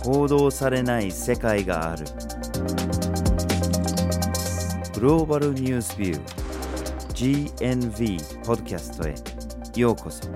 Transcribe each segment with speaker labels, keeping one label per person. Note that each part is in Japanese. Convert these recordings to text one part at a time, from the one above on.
Speaker 1: 報道されない世界がある。グローバルニュースビュー GNV ポッドキャストへようこそ。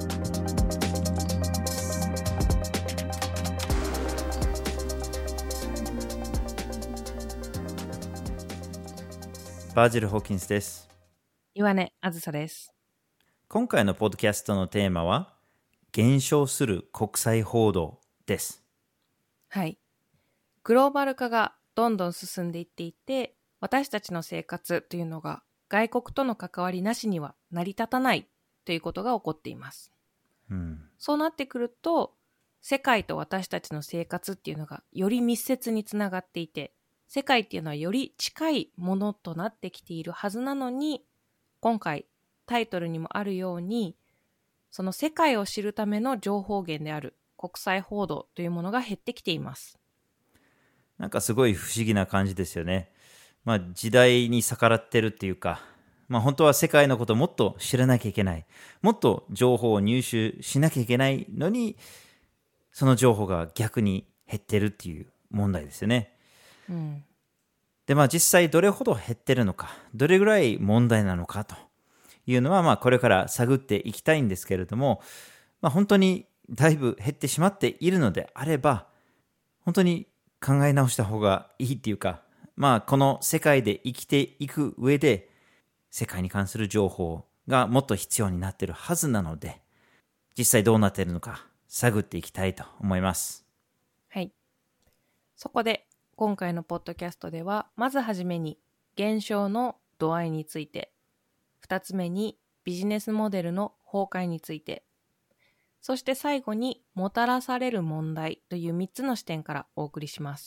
Speaker 1: バージル・ホーキンスです。
Speaker 2: 岩根あずさです。
Speaker 1: 今回のポッドキャストのテーマは減少する国際報道です。
Speaker 2: はい。グローバル化がどんどん進んでいっていて、私たちの生活というのが外国との関わりなしには成り立たないということが起こっています。そうなってくると、世界と私たちの生活っていうのがより密接につながっていて、世界っていうのはより近いものとなってきているはずなのに、今回タイトルにもあるように、その世界を知るための情報源である国際報道というものが減ってきています。
Speaker 1: なんかすごい不思議な感じですよね。時代に逆らってるっていうか、本当は世界のことをもっと知らなきゃいけない。もっと情報を入手しなきゃいけないのに、その情報が逆に減ってるっていう問題ですよね。で、実際どれほど減ってるのか、どれぐらい問題なのかというのは、これから探っていきたいんですけれども、本当にだいぶ減ってしまっているのであれば、本当に考え直した方がいいっていうか、この世界で生きていく上で、世界に関する情報がもっと必要になっているはずなので、実際どうなっているのか探っていきたいと思います。
Speaker 2: はい。そこで今回のポッドキャストでは、まずはじめに減少の度合いについて、2つ目にビジネスモデルの崩壊について、そして最後にもたらされる問題という3つの視点からお送りします。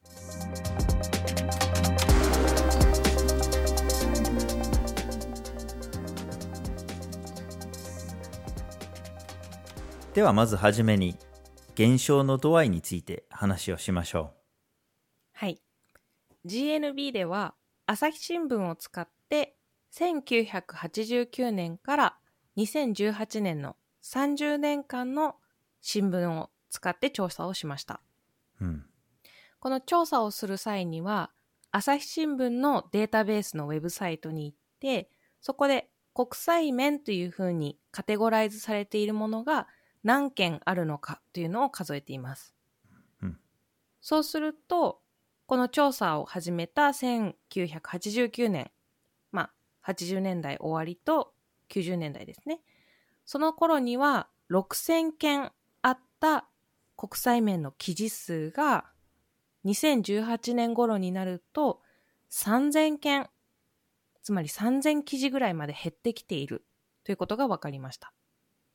Speaker 1: ではまずはじめに減少の度合いについて話をしましょう。
Speaker 2: はい。GNB では朝日新聞を使って1989年から2018年の30年間の新聞を使って調査をしました。この調査をする際には、朝日新聞のデータベースのウェブサイトに行って、そこで国際面というふうにカテゴライズされているものが何件あるのかというのを数えています。そうすると、この調査を始めた1989年、80年代終わりと90年代ですね。その頃には6000件あった国際面の記事数が2018年頃になると3000件、つまり3000記事ぐらいまで減ってきているということが分かりました。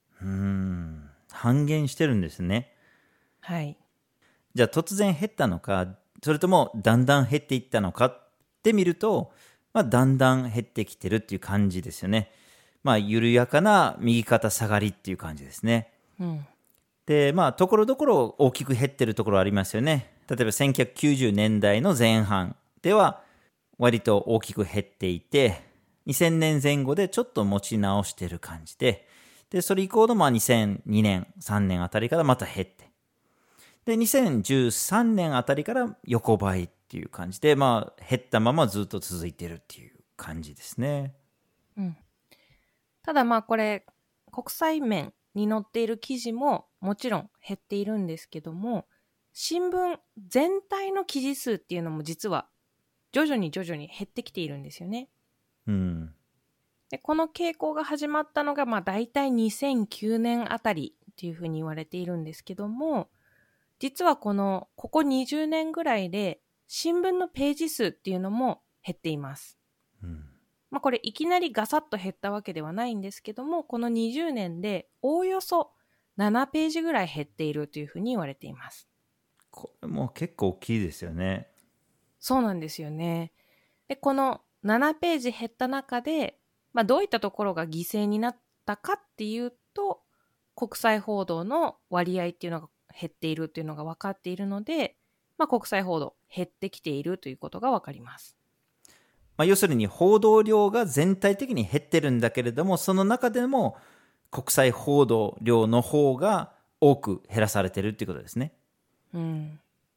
Speaker 1: 半減してるんですね。
Speaker 2: はい。
Speaker 1: じゃあ突然減ったのか、それともだんだん減っていったのかって見ると、だんだん減ってきてるっていう感じですよね。緩やかな右肩下がりっていう感じですね。で、ところどころ大きく減ってるところありますよね。例えば1990年代の前半では割と大きく減っていて、2000年前後でちょっと持ち直してる感じで、それ以降の2002年、3年あたりからまた減って、で、2013年あたりから横ばいっていう感じで、減ったままずっと続いてるっていう感じですね。
Speaker 2: ただこれ、国際面に載っている記事ももちろん減っているんですけども、新聞全体の記事数っていうのも実は徐々に減ってきているんですよね。で、この傾向が始まったのがだいたい2009年あたりっていうふうに言われているんですけども、実はここ20年ぐらいで新聞のページ数っていうのも減っています。これいきなりガサッと減ったわけではないんですけども、この20年でおおよそ7ページぐらい減っているというふうに言われています。
Speaker 1: これも結構大きいですよね。
Speaker 2: そうなんですよね。で、この7ページ減った中で、どういったところが犠牲になったかっていうと、国際報道の割合っていうのが減っているっていうのが分かっているので、国際報道減ってきているということが分かります。
Speaker 1: 要するに報道量が全体的に減ってるんだけれども、その中でも国際報道量の方が多く減らされてるっていうことですね。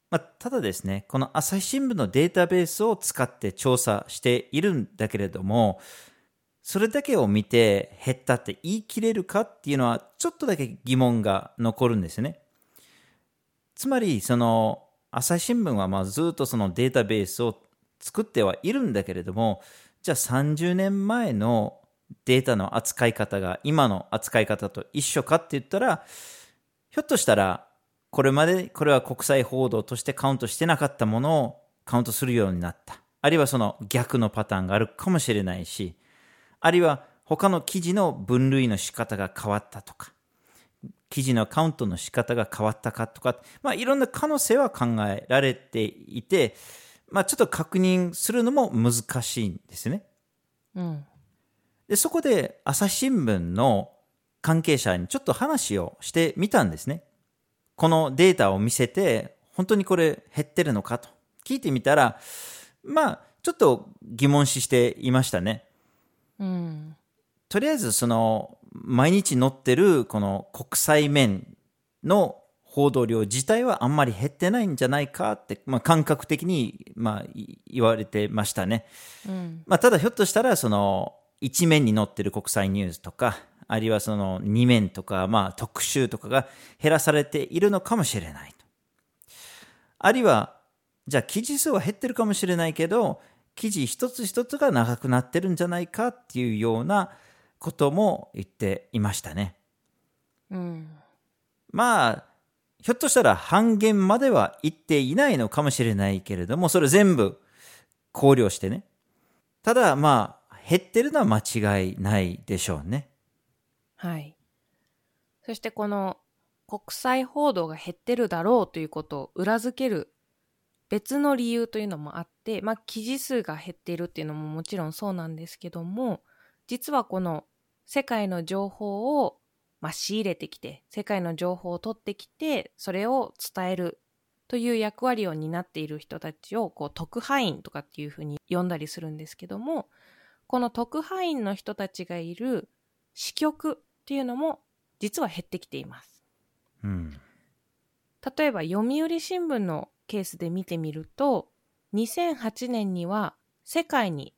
Speaker 1: ただですね、この朝日新聞のデータベースを使って調査しているんだけれども、それだけを見て減ったって言い切れるかっていうのはちょっとだけ疑問が残るんですね。つまりその朝日新聞はずっとそのデータベースを作ってはいるんだけれども、じゃあ30年前のデータの扱い方が今の扱い方と一緒かって言ったら、ひょっとしたらこれは国際報道としてカウントしてなかったものをカウントするようになった。あるいはその逆のパターンがあるかもしれないし、あるいは他の記事の分類の仕方が変わったとか、記事のカウントの仕方が変わったかとか、いろんな可能性は考えられていて、ちょっと確認するのも難しいんですね。で、そこで朝日新聞の関係者にちょっと話をしてみたんですね。このデータを見せて、本当にこれ減ってるのかと聞いてみたら、ちょっと疑問視していましたね。とりあえずその毎日載ってるこの国際面の報道量自体はあんまり減ってないんじゃないかって、感覚的に言われてましたね。ただひょっとしたらその一面に載ってる国際ニュースとか、あるいはその二面とか、特集とかが減らされているのかもしれないと。あるいはじゃあ記事数は減ってるかもしれないけど、記事一つ一つが長くなってるんじゃないかっていうようなことも言っていましたね。ひょっとしたら半減までは言っていないのかもしれないけれども、それ全部考慮してね。ただ減ってるのは間違いないでしょうね。
Speaker 2: はい。そしてこの国際報道が減ってるだろうということを裏付ける別の理由というのもあって、記事数が減っているっていうのももちろんそうなんですけども、実はこの世界の情報を仕入れてきて、世界の情報を取ってきて、それを伝えるという役割を担っている人たちを特派員とかっていうふうに呼んだりするんですけども、この特派員の人たちがいる支局っていうのも実は減ってきています。例えば読売新聞のケースで見てみると、2008年には世界に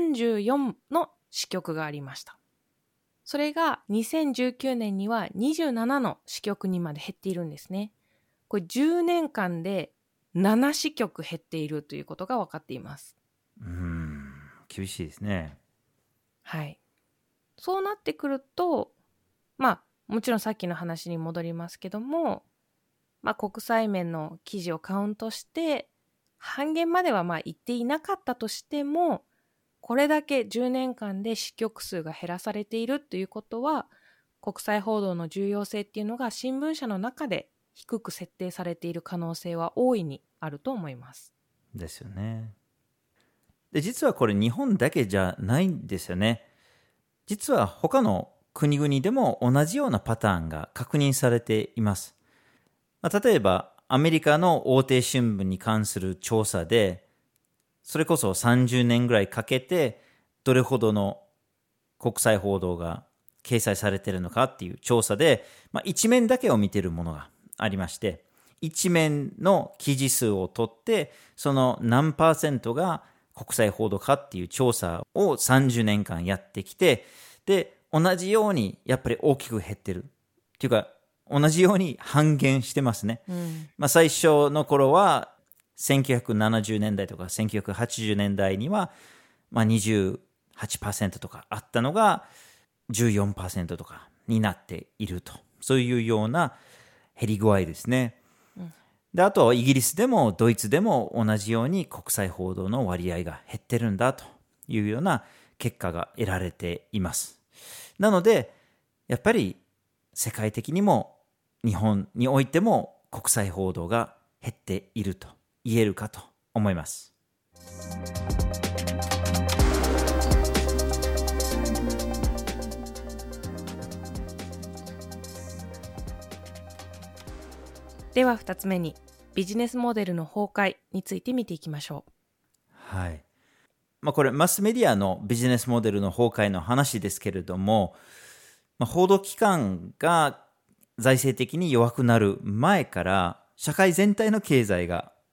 Speaker 2: 34の支局がありました。それが2019年には27の支局にまで減っているんですね。これ10年間で7支局減っているということが分かっています。
Speaker 1: 厳しいですね。
Speaker 2: はい。そうなってくると、もちろんさっきの話に戻りますけども、国際面の記事をカウントして半減までは言っていなかったとしても、これだけ10年間で支局数が減らされているということは、国際報道の重要性っていうのが新聞社の中で低く設定されている可能性は大いにあると思います。
Speaker 1: ですよね。で、実はこれ日本だけじゃないんですよね。実は他の国々でも同じようなパターンが確認されています。例えばアメリカの大手新聞に関する調査で、それこそ30年ぐらいかけてどれほどの国際報道が掲載されているのかっていう調査で、一面だけを見ているものがありまして、一面の記事数を取って、その何%が国際報道かっていう調査を30年間やってきて、で、同じようにやっぱり大きく減ってるっていうか、同じように半減してますね。最初の頃は1970年代とか1980年代には、28% とかあったのが 14% とかになっていると。そういうような減り具合ですね。で、あとイギリスでもドイツでも同じように国際報道の割合が減ってるんだというような結果が得られています。なので、やっぱり世界的にも日本においても国際報道が減っていると言えるかと思います。
Speaker 2: では2つ目に、ビジネスモデルの崩壊について見ていきましょう。
Speaker 1: はい。これマスメディアのビジネスモデルの崩壊の話ですけれども、報道機関が財政的に弱くなる前から社会全体の経済が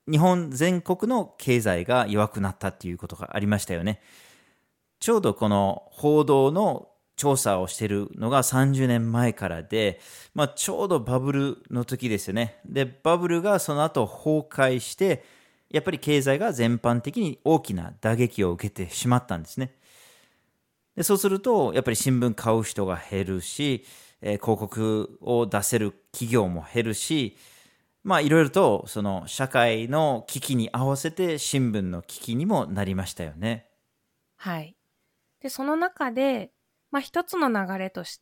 Speaker 1: 日本全国の経済が弱くなったっていうことがありましたよね。ちょうどこの報道の調査をしているのが30年前からで、ちょうどバブルの時ですよね。で、バブルがその後崩壊して、やっぱり経済が全般的に大きな打撃を受けてしまったんですね。で、そうすると、やっぱり新聞買う人が減るし、広告を出せる企業も減るし、いろいろとその社会の危機に合わせて新聞の危機にもなりましたよね。
Speaker 2: はい。で、その中で、一つの流れとして、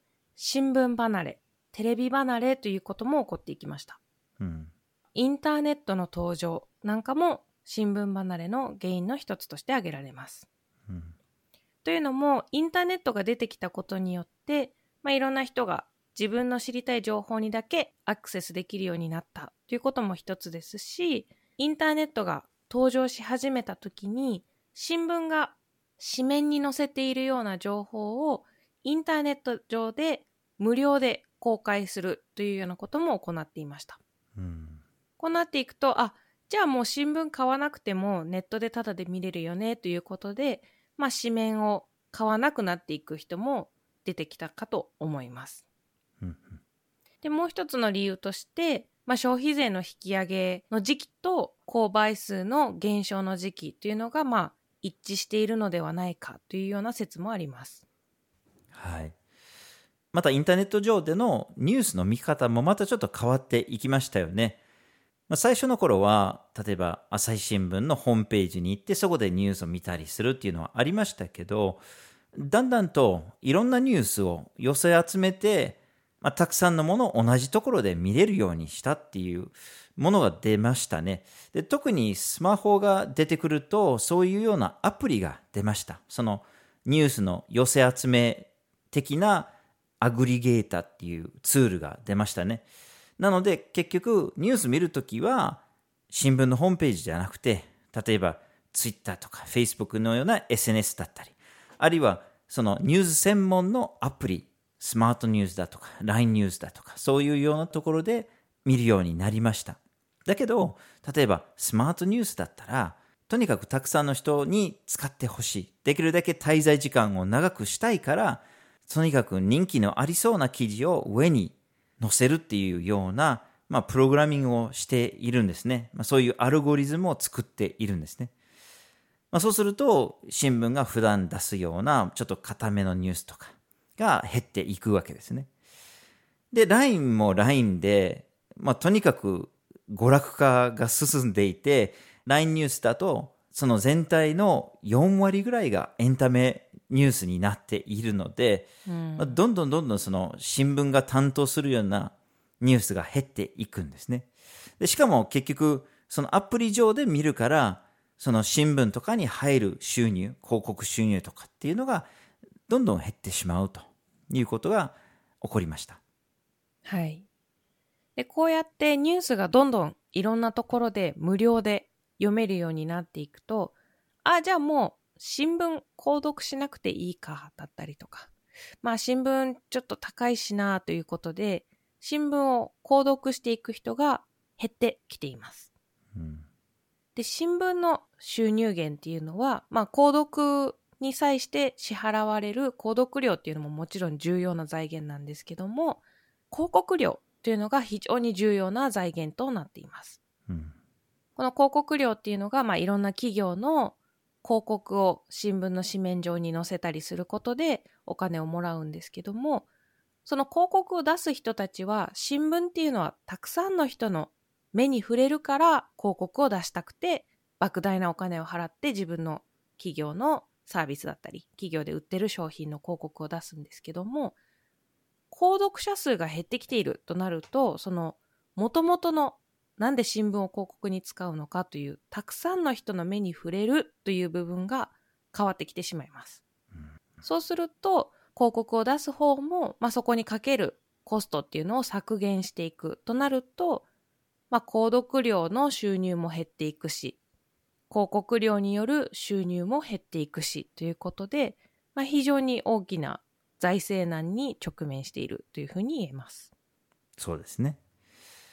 Speaker 2: 新聞離れ、テレビ離れということも起こっていきました。インターネットの登場なんかも新聞離れの原因の一つとして挙げられます。というのも、インターネットが出てきたことによって、いろんな人が自分の知りたい情報にだけアクセスできるようになったということも一つですし、インターネットが登場し始めた時に、新聞が紙面に載せているような情報をインターネット上で無料で公開するというようなことも行っていました。こうなっていくと、じゃあもう新聞買わなくてもネットでタダで見れるよねということで、紙面を買わなくなっていく人も出てきたかと思います。で、もう一つの理由として、消費税の引き上げの時期と購買数の減少の時期というのが一致しているのではないかというような説もあります。
Speaker 1: はい。またインターネット上でのニュースの見方もまたちょっと変わっていきましたよね。最初の頃は例えば朝日新聞のホームページに行ってそこでニュースを見たりするっていうのはありましたけど、だんだんといろんなニュースを寄せ集めて、たくさんのものを同じところで見れるようにしたっていうものが出ましたね。で、特にスマホが出てくるとそういうようなアプリが出ました。そのニュースの寄せ集め的なアグリゲータっていうツールが出ましたね。なので結局ニュース見るときは新聞のホームページじゃなくて、例えば Twitter とか Facebook のような SNS だったり、あるいはそのニュース専門のアプリ、スマートニュースだとか LINE ニュースだとか、そういうようなところで見るようになりました。だけど例えばスマートニュースだったら、とにかくたくさんの人に使ってほしい、できるだけ滞在時間を長くしたいから、とにかく人気のありそうな記事を上に載せるっていうような、プログラミングをしているんですね。そういうアルゴリズムを作っているんですね。そうすると新聞が普段出すようなちょっと固めのニュースとかが減っていくわけですね。で、LINE も LINE で、とにかく娯楽化が進んでいて、LINE ニュースだとその全体の4割ぐらいがエンタメニュースになっているので、どんどんその新聞が担当するようなニュースが減っていくんですね。で、しかも結局そのアプリ上で見るから、その新聞とかに入る収入、広告収入とかっていうのがどんどん減ってしまうということが起こりました。
Speaker 2: はい。で、こうやってニュースがどんどんいろんなところで無料で読めるようになっていくと、じゃあもう新聞購読しなくていいかだったりとか、新聞ちょっと高いしなということで、新聞を購読していく人が減ってきています。で、新聞の収入源っていうのは、購読に際して支払われる購読料っていうのももちろん重要な財源なんですけども、広告料というのが非常に重要な財源となっています。この広告料っていうのが、いろんな企業の広告を新聞の紙面上に載せたりすることでお金をもらうんですけども、その広告を出す人たちは、新聞っていうのはたくさんの人の目に触れるから広告を出したくて、莫大なお金を払って自分の企業のサービスだったり、企業で売ってる商品の広告を出すんですけども、購読者数が減ってきているとなると、その元々のなんで新聞を広告に使うのかという、たくさんの人の目に触れるという部分が変わってきてしまいます。そうすると、広告を出す方も、そこにかけるコストっていうのを削減していくとなると、購読料の収入も減っていくし、広告料による収入も減っていくしということで、非常に大きな財政難に直面しているというふうに言えます。
Speaker 1: そうですね。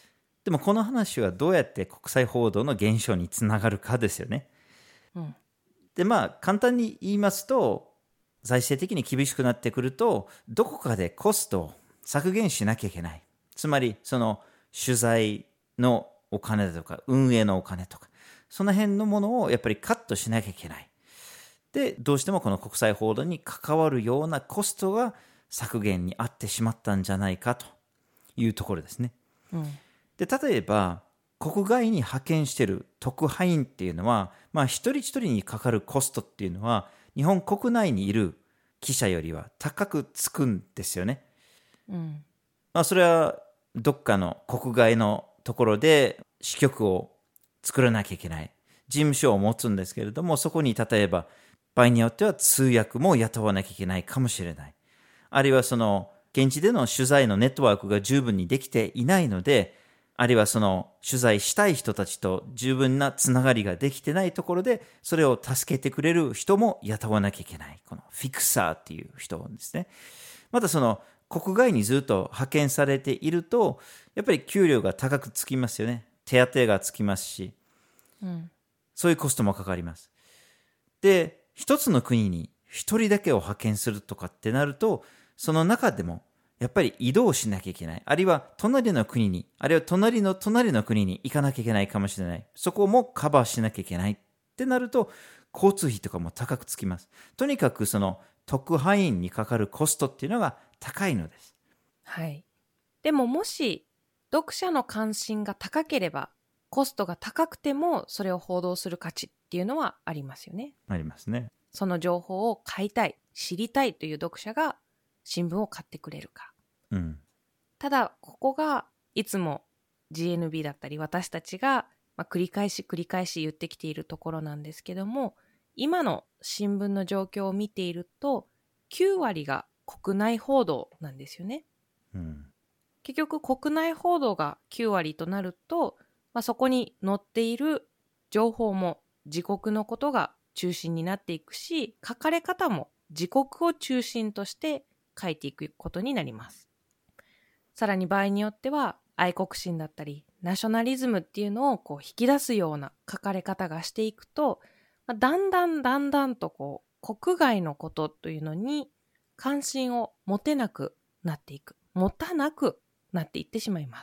Speaker 1: でもこの話はどうやって国際報道の減少につながるかですよね。で、簡単に言いますと、財政的に厳しくなってくると、どこかでコストを削減しなきゃいけない。つまり、その取材のお金とか、運営のお金とか、その辺のものをやっぱりカットしなきゃいけない。で、どうしてもこの国際報道に関わるようなコストが削減にあってしまったんじゃないかというところですね。で、例えば、国外に派遣している特派員っていうのは、一人一人にかかるコストっていうのは、日本国内にいる記者よりは高くつくんですよね。それはどっかの国外のところで支局を作らなきゃいけない。事務所を持つんですけれども、そこに例えば場合によっては通訳も雇わなきゃいけないかもしれない。あるいはその現地での取材のネットワークが十分にできていないので、あるいはその取材したい人たちと十分なつながりができてないところで、それを助けてくれる人も雇わなきゃいけない。このフィクサーっていう人ですね。またその国外にずっと派遣されていると、やっぱり給料が高くつきますよね。手当がつきますし、そういうコストもかかります。で、一つの国に一人だけを派遣するとかってなると、その中でもやっぱり移動しなきゃいけない。あるいは隣の国に、あるいは隣の隣の国に行かなきゃいけないかもしれない。そこもカバーしなきゃいけないってなると、交通費とかも高くつきます。とにかくその特派員にかかるコストっていうのが高いのです。
Speaker 2: はい。でももし読者の関心が高ければ、コストが高くてもそれを報道する価値っていうのはありますよね。
Speaker 1: ありますね。
Speaker 2: その情報を買いたい、知りたいという読者が新聞を買ってくれるか。ただここがいつも GNB だったり私たちが、繰り返し言ってきているところなんですけども、今の新聞の状況を見ていると9割が国内報道なんですよね。結局国内報道が9割となると、そこに載っている情報も自国のことが中心になっていくし、書かれ方も自国を中心として書いていくことになります。さらに場合によっては愛国心だったりナショナリズムっていうのを引き出すような書かれ方がしていくと、だんだんと国外のことというのに関心を持てなくなっていく、持たなくなっていってしまいます。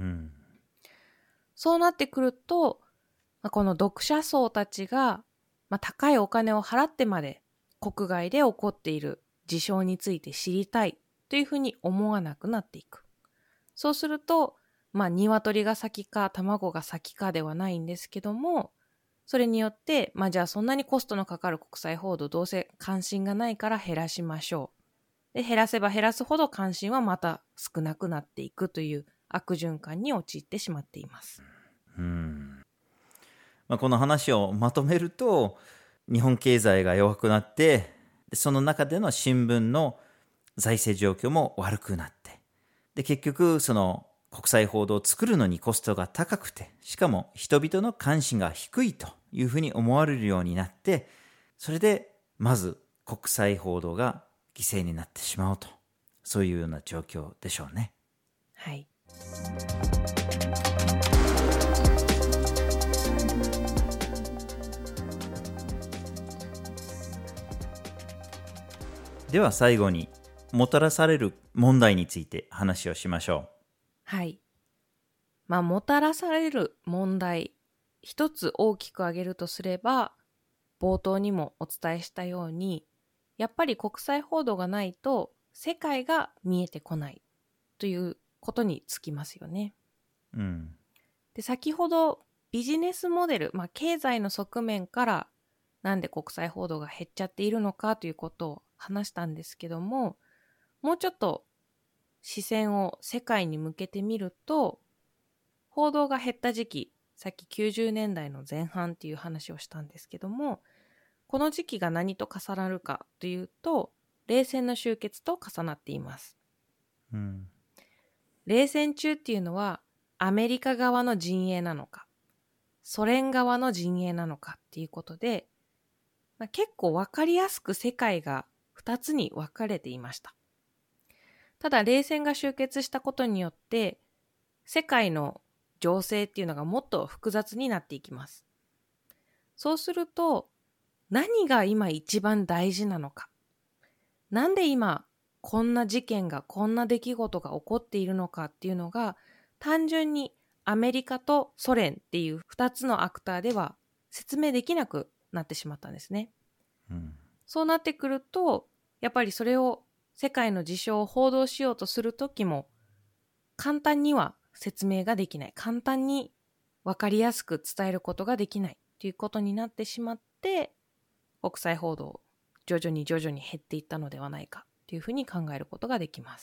Speaker 2: そうなってくると、この読者層たちが、高いお金を払ってまで国外で起こっている事象について知りたいというふうに思わなくなっていく。そうすると、鶏が先か卵が先かではないんですけども、それによって、じゃあそんなにコストのかかる国際報道どうせ関心がないから減らしましょう。で、減らせば減らすほど関心はまた少なくなっていくという悪循環に陥ってしまっています。
Speaker 1: この話をまとめると、日本経済が弱くなって、その中での新聞の財政状況も悪くなって、で結局その国際報道を作るのにコストが高くて、しかも人々の関心が低いというふうに思われるようになって、それでまず国際報道が犠牲になってしまうと、そういうような状況でしょうね。
Speaker 2: はい。
Speaker 1: では最後に、もたらされる問題について話をしましょう。
Speaker 2: はい。もたらされる問題、一つ大きく挙げるとすれば、冒頭にもお伝えしたように、やっぱり国際報道がないと世界が見えてこないということにつきますよね。で、先ほどビジネスモデル、経済の側面からなんで国際報道が減っちゃっているのかということを話したんですけども、もうちょっと視線を世界に向けてみると、報道が減った時期、さっき90年代の前半っていう話をしたんですけども、この時期が何と重なるかというと、冷戦の終結と重なっています。冷戦中っていうのはアメリカ側の陣営なのか、ソ連側の陣営なのかっていうことで、結構わかりやすく世界が2つに分かれていました。ただ冷戦が終結したことによって、世界の情勢っていうのがもっと複雑になっていきます。そうすると、何が今一番大事なのか。なんで今、こんな事件が、こんな出来事が起こっているのかっていうのが、単純にアメリカとソ連っていう2つのアクターでは説明できなくなってしまったんですね。そうなってくると、やっぱりそれを世界の事象を報道しようとするときも、簡単には説明ができない。簡単に分かりやすく伝えることができないということになってしまって、国際報道、徐々に減っていったのではないかというふうに考えることができます。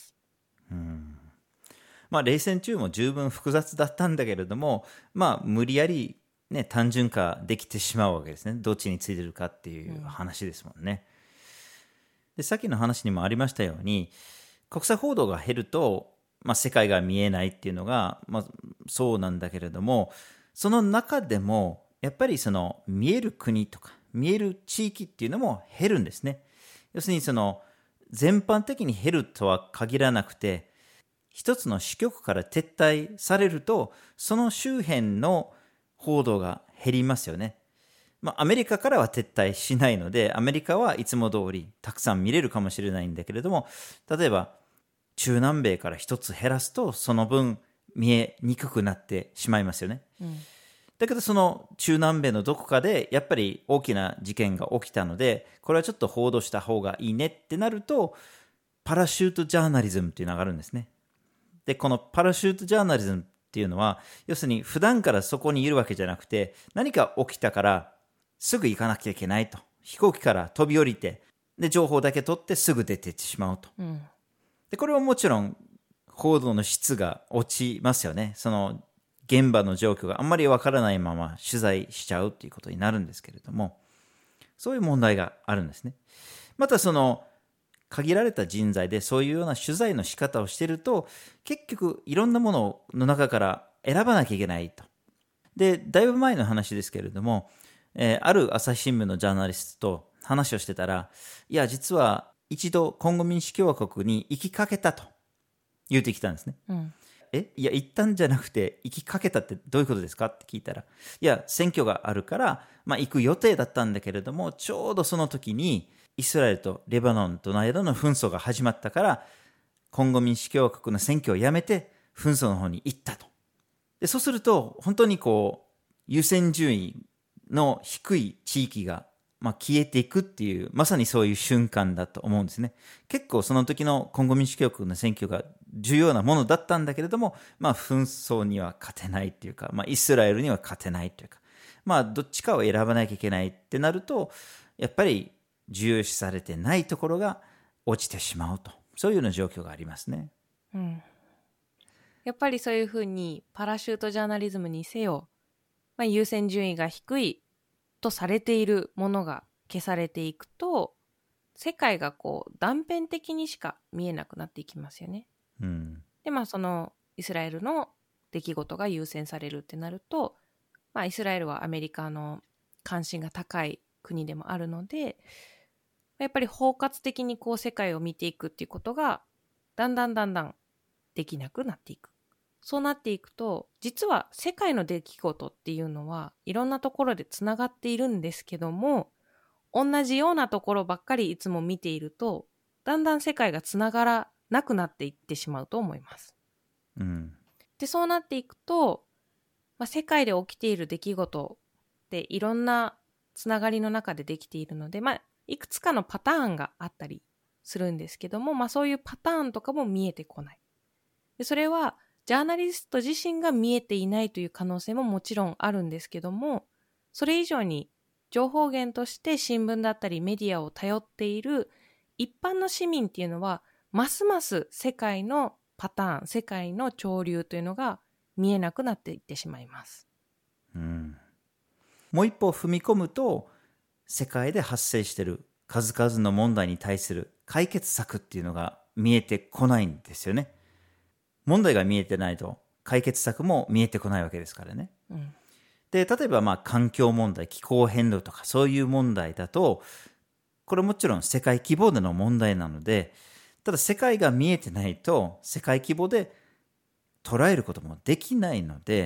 Speaker 1: 冷戦中も十分複雑だったんだけれども、無理やり、単純化できてしまうわけですね。どっちについてるかっていう話ですもんね。で、さっきの話にもありましたように、国際報道が減ると、世界が見えないっていうのが、そうなんだけれども、その中でもやっぱりその見える国とか見える地域っていうのも減るんですね。要するにその全般的に減るとは限らなくて、一つの支局から撤退されると、その周辺の報道が減りますよね。アメリカからは撤退しないので、アメリカはいつも通りたくさん見れるかもしれないんだけれども、例えば中南米から一つ減らすと、その分見えにくくなってしまいますよね。だけどその中南米のどこかでやっぱり大きな事件が起きたので、これはちょっと報道した方がいいねってなると、パラシュートジャーナリズムっていうのがあるんですね。で、このパラシュートジャーナリズムっていうのは、要するに普段からそこにいるわけじゃなくて、何か起きたからすぐ行かなきゃいけないと。飛行機から飛び降りて、で、情報だけ取ってすぐ出てってしまうと。で、これはもちろん報道の質が落ちますよね。その現場の状況があんまりわからないまま取材しちゃうっていうことになるんですけれども、そういう問題があるんですね。またその限られた人材でそういうような取材の仕方をしていると、結局いろんなものの中から選ばなきゃいけないと。で、だいぶ前の話ですけれども、ある朝日新聞のジャーナリストと話をしてたら、いや、実は一度コンゴ民主共和国に行きかけたと言ってきたんですね。いや、行ったんじゃなくて行きかけたってどういうことですかって聞いたら、いや、選挙があるから、行く予定だったんだけれども、ちょうどその時にイスラエルとレバノンとの間の紛争が始まったから、コンゴ民主共和国の選挙をやめて紛争の方に行ったと。で、そうすると本当に優先順位の低い地域が消えていくっていう、まさにそういう瞬間だと思うんですね。結構その時のコンゴ民主共和国の選挙が重要なものだったんだけれども、紛争には勝てないっていうか、イスラエルには勝てないっていうか、どっちかを選ばなきゃいけないってなると、やっぱり重要視されてないところが落ちてしまうと。そういうような状況がありますね。
Speaker 2: やっぱりそういうふうにパラシュートジャーナリズムにせよ、優先順位が低いとされているものが消されていくと、世界が断片的にしか見えなくなっていきますよね。で、そのイスラエルの出来事が優先されるってなると、イスラエルはアメリカの関心が高い国でもあるので、やっぱり包括的に世界を見ていくっていうことがだんだんできなくなっていく。そうなっていくと、実は世界の出来事っていうのはいろんなところでつながっているんですけども、同じようなところばっかりいつも見ていると、だんだん世界がつながらなくなっていってしまうと思います。で、そうなっていくと、世界で起きている出来事っていろんなつながりの中でできているので、いくつかのパターンがあったりするんですけども、そういうパターンとかも見えてこない。で、それはジャーナリスト自身が見えていないという可能性ももちろんあるんですけども、それ以上に情報源として新聞だったりメディアを頼っている一般の市民っていうのは、ますます世界のパターン、世界の潮流というのが見えなくなっていってしまいます。
Speaker 1: もう一歩踏み込むと、世界で発生している数々の問題に対する解決策っていうのが見えてこないんですよね。問題が見えてないと解決策も見えてこないわけですからね。で、例えば環境問題、気候変動とかそういう問題だと、これもちろん世界規模での問題なので、ただ世界が見えてないと世界規模で捉えることもできないので、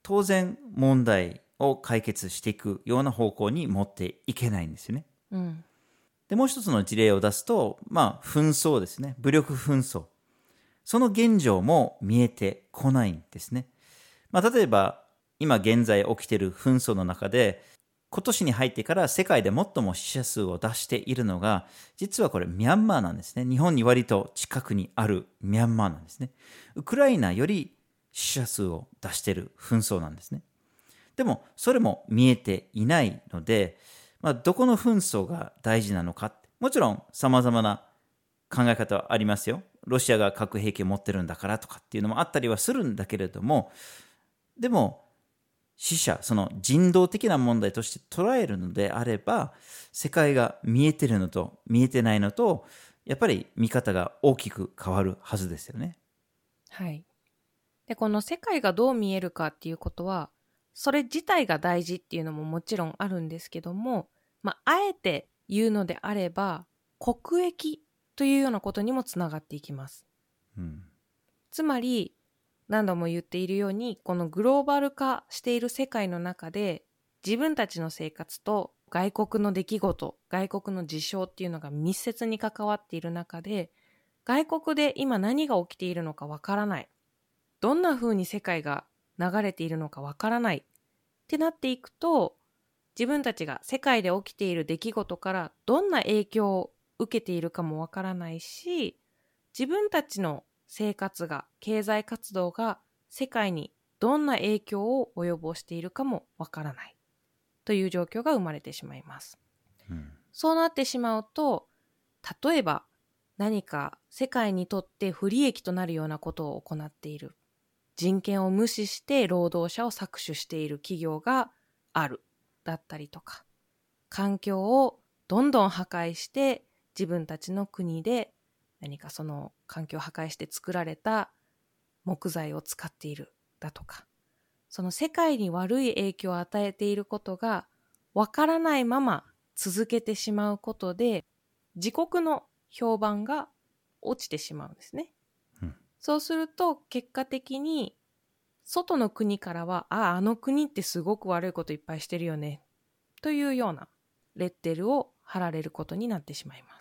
Speaker 1: 当然問題を解決していくような方向に持っていけないんですよね。
Speaker 2: うん。
Speaker 1: で、もう一つの事例を出すと、紛争ですね。武力紛争。その現状も見えてこないんですね。例えば、今現在起きている紛争の中で、今年に入ってから世界で最も死者数を出しているのが、実はこれミャンマーなんですね。日本に割と近くにあるミャンマーなんですね。ウクライナより死者数を出している紛争なんですね。でも、それも見えていないので、どこの紛争が大事なのか。もちろん、様々な考え方はありますよ。ロシアが核兵器を持ってるんだからとかっていうのもあったりはするんだけれども、でも、死者、その人道的な問題として捉えるのであれば、世界が見えてるのと見えてないのと、やっぱり見方が大きく変わるはずですよね。
Speaker 2: はい。で、この世界がどう見えるかっていうことは、それ自体が大事っていうのももちろんあるんですけども、あえて言うのであれば、国益というようなことにもつながっていきます。つまり、何度も言っているように、このグローバル化している世界の中で、自分たちの生活と外国の出来事、外国の事象っていうのが密接に関わっている中で、外国で今何が起きているのかわからない。どんな風に世界が流れているのかわからないってなっていくと、自分たちが世界で起きている出来事からどんな影響を受けているかもわからないし、自分たちの生活が、経済活動が世界にどんな影響を及ぼしているかもわからないという状況が生まれてしまいます。そうなってしまうと、例えば何か世界にとって不利益となるようなことを行っている。人権を無視して労働者を搾取している企業があるだったりとか、環境をどんどん破壊して自分たちの国で何かその環境を破壊して作られた木材を使っているだとか、その世界に悪い影響を与えていることがわからないまま続けてしまうことで、自国の評判が落ちてしまうんですね。そうすると結果的に外の国からは、あの国ってすごく悪いこといっぱいしてるよねというようなレッテルを貼られることになってしまいます。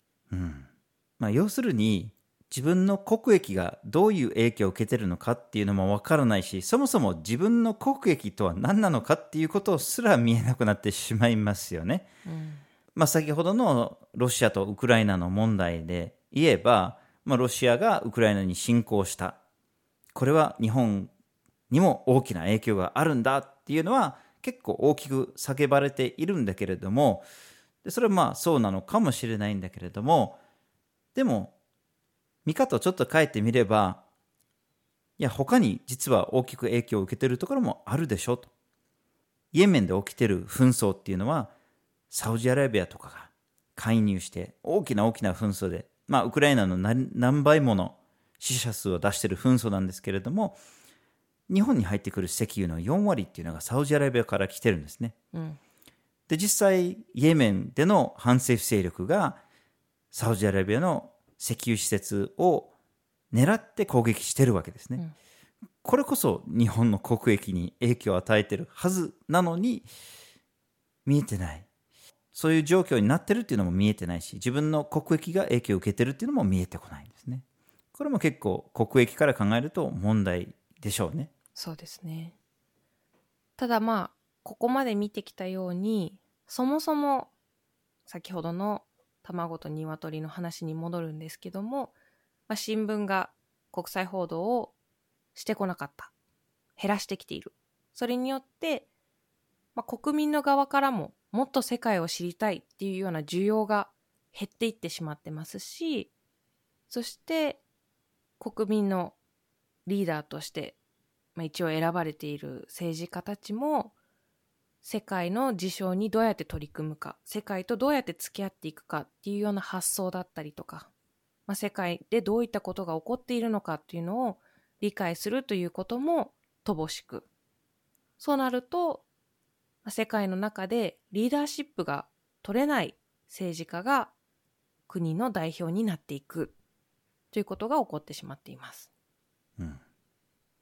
Speaker 1: 要するに自分の国益がどういう影響を受けてるのかっていうのもわからないし、そもそも自分の国益とは何なのかっていうことすら見えなくなってしまいますよね。先ほどのロシアとウクライナの問題で言えば、ロシアがウクライナに侵攻した。これは日本にも大きな影響があるんだっていうのは結構大きく叫ばれているんだけれども、それはそうなのかもしれないんだけれども、でも見方をちょっと変えてみれば、いや他に実は大きく影響を受けているところもあるでしょと。イエメンで起きている紛争っていうのはサウジアラビアとかが介入して大きな紛争で、ウクライナの何倍もの死者数を出している紛争なんですけれども、日本に入ってくる石油の4割っていうのがサウジアラビアから来てるんですね。で、実際イエメンでの反政府勢力がサウジアラビアの石油施設を狙って攻撃してるわけですね。これこそ日本の国益に影響を与えてるはずなのに見えてない。そういう状況になってるっていうのも見えてないし、自分の国益が影響を受けてるっていうのも見えてこないんですね。これも結構国益から考えると問題でしょうね。
Speaker 2: そうですね。ただここまで見てきたように、そもそも先ほどの卵と鶏の話に戻るんですけども、新聞が国際報道をしてこなかった。減らしてきている。それによって、国民の側からももっと世界を知りたいっていうような需要が減っていってしまってますし、そして国民のリーダーとして一応選ばれている政治家たちも世界の事象にどうやって取り組むか、世界とどうやって付き合っていくかっていうような発想だったりとか、世界でどういったことが起こっているのかっていうのを理解するということも乏しく、そうなると世界の中でリーダーシップが取れない政治家が国の代表になっていくということが起こってしまっています。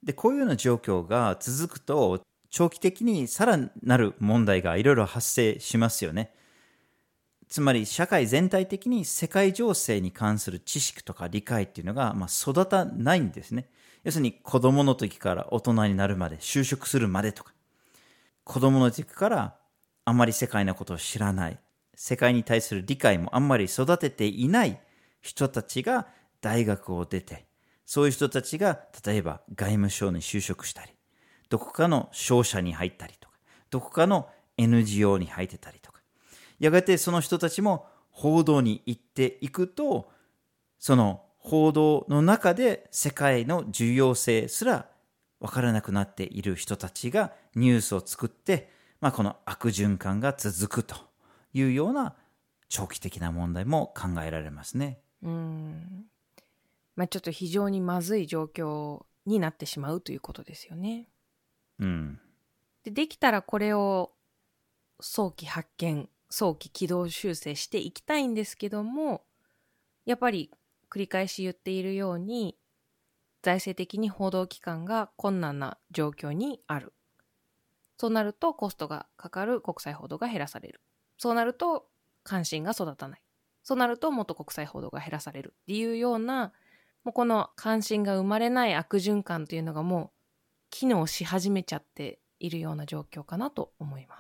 Speaker 1: で、こういうような状況が続くと、長期的にさらなる問題がいろいろ発生しますよね。つまり社会全体的に世界情勢に関する知識とか理解っていうのが育たないんですね。要するに子供の時から大人になるまで、就職するまでとか、子供の時からあんまり世界のことを知らない、世界に対する理解もあんまり育てていない人たちが大学を出て、そういう人たちが例えば外務省に就職したり、どこかの商社に入ったりとか、どこかの NGO に入ってたりとか、やがてその人たちも報道に行っていくと、その報道の中で世界の重要性すら分からなくなっている人たちがニュースを作って、この悪循環が続くというような長期的な問題も考えられますね。
Speaker 2: ちょっと非常にまずい状況になってしまうということですよね。できたらこれを早期発見、早期軌道修正していきたいんですけども、やっぱり繰り返し言っているように、財政的に報道機関が困難な状況にある。そうなるとコストがかかる国際報道が減らされる。そうなると関心が育たない。そうなるともっと国際報道が減らされるっていうような、もうこの関心が生まれない悪循環というのがもう機能し始めちゃっているような状況かなと思います。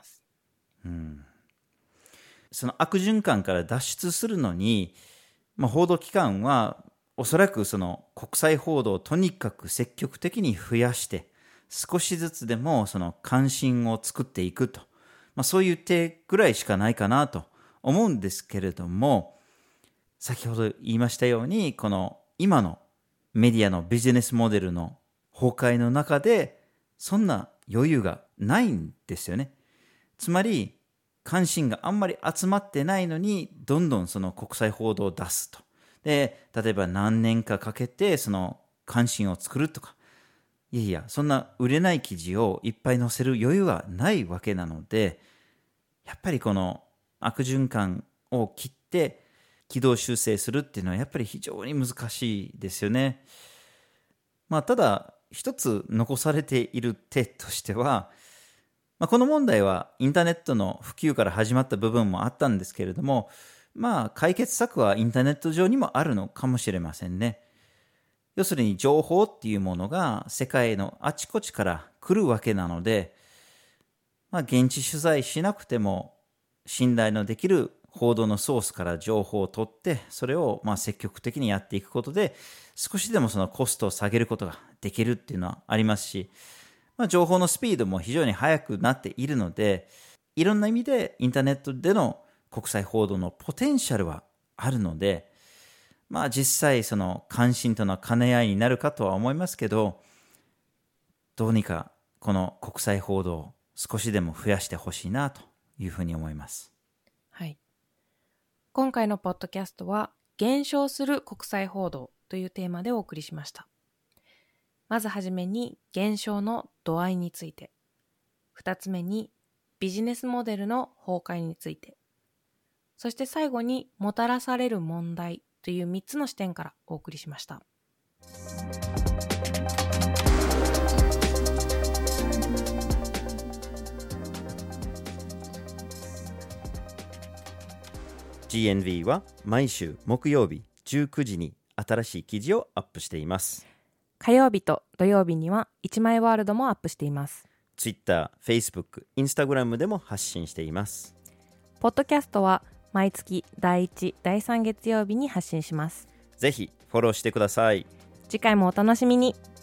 Speaker 1: その悪循環から脱出するのに、報道機関はおそらくその国際報道をとにかく積極的に増やして、少しずつでもその関心を作っていくと、そういう手ぐらいしかないかなと思うんですけれども、先ほど言いましたように、この今のメディアのビジネスモデルの崩壊の中でそんな余裕がないんですよね。つまり関心があんまり集まってないのに、どんどんその国際報道を出すと。で、例えば何年かかけてその関心を作るとか、そんな売れない記事をいっぱい載せる余裕はないわけなので、やっぱりこの悪循環を切って軌道修正するっていうのはやっぱり非常に難しいですよね。ただ一つ残されている手としては、この問題はインターネットの普及から始まった部分もあったんですけれども、解決策はインターネット上にもあるのかもしれませんね。要するに情報っていうものが世界のあちこちから来るわけなので、現地取材しなくても信頼のできる報道のソースから情報を取って、それを積極的にやっていくことで、少しでもそのコストを下げることができるっていうのはありますし、情報のスピードも非常に速くなっているので、いろんな意味でインターネットでの国際報道のポテンシャルはあるので、実際その関心との兼ね合いになるかとは思いますけど、どうにかこの国際報道を少しでも増やしてほしいなというふうに思います。
Speaker 2: はい。今回のポッドキャストは、減少する国際報道というテーマでお送りしました。まずはじめに減少の度合いについて、2つ目にビジネスモデルの崩壊について、そして最後にもたらされる問題という3つの視点からお送りしました。
Speaker 1: GNV は毎週木曜日19時に新しい記事をアップしています。
Speaker 2: 火曜日と土曜日には1枚ワールドもアップしています。
Speaker 1: Twitter、Facebook、Instagram でも発信しています。
Speaker 2: ポッドキャストは毎月第1、第3月曜日に発信します。
Speaker 1: ぜひフォローしてください。
Speaker 2: 次回もお楽しみに。